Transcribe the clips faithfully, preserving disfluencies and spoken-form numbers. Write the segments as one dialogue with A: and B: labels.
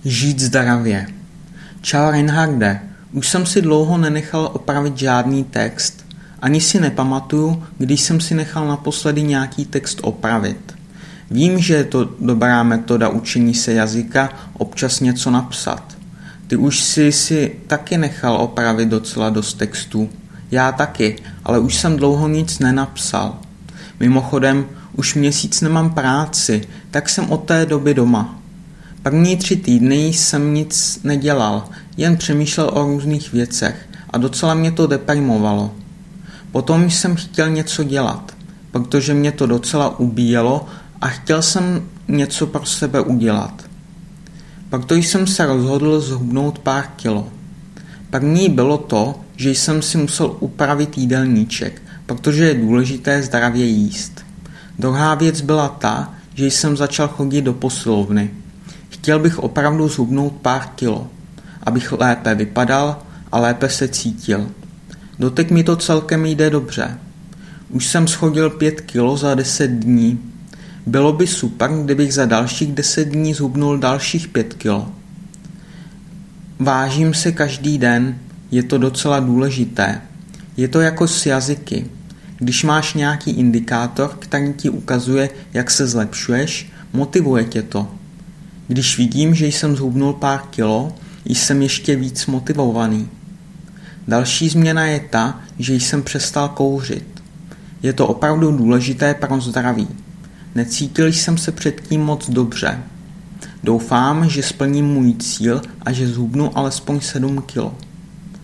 A: Žít zdravě. Čau Reinharde, už jsem si dlouho nenechal opravit žádný text, ani si nepamatuju, když jsem si nechal naposledy nějaký text opravit. Vím, že je to dobrá metoda učení se jazyka občas něco napsat. Ty už jsi si taky nechal opravit docela dost textů. Já taky, ale už jsem dlouho nic nenapsal. Mimochodem, už měsíc nemám práci, tak jsem od té doby doma. První tři týdny jsem nic nedělal, jen přemýšlel o různých věcech a docela mě to deprimovalo. Potom jsem chtěl něco dělat, protože mě to docela ubíjelo a chtěl jsem něco pro sebe udělat. Proto jsem se rozhodl zhubnout pár kilo. První bylo to, že jsem si musel upravit jídelníček, protože je důležité zdravě jíst. Druhá věc byla ta, že jsem začal chodit do posilovny. Chtěl bych opravdu zhubnout pár kilo, abych lépe vypadal a lépe se cítil. Doteď mi to celkem jde dobře. Už jsem schodil pět kilo za deset dní. Bylo by super, kdybych za dalších deset dní zhubnul dalších pět kilo. Vážím se každý den, je to docela důležité. Je to jako s jazyky. Když máš nějaký indikátor, který ti ukazuje, jak se zlepšuješ, motivuje tě to. Když vidím, že jsem zhubnul pár kilo, jsem ještě víc motivovaný. Další změna je ta, že jsem přestal kouřit. Je to opravdu důležité pro zdraví. Necítil jsem se předtím moc dobře. Doufám, že splním můj cíl a že zhubnu alespoň sedm kilo.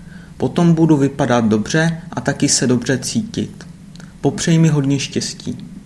A: Potom budu vypadat dobře a taky se dobře cítit. Popřej mi hodně štěstí.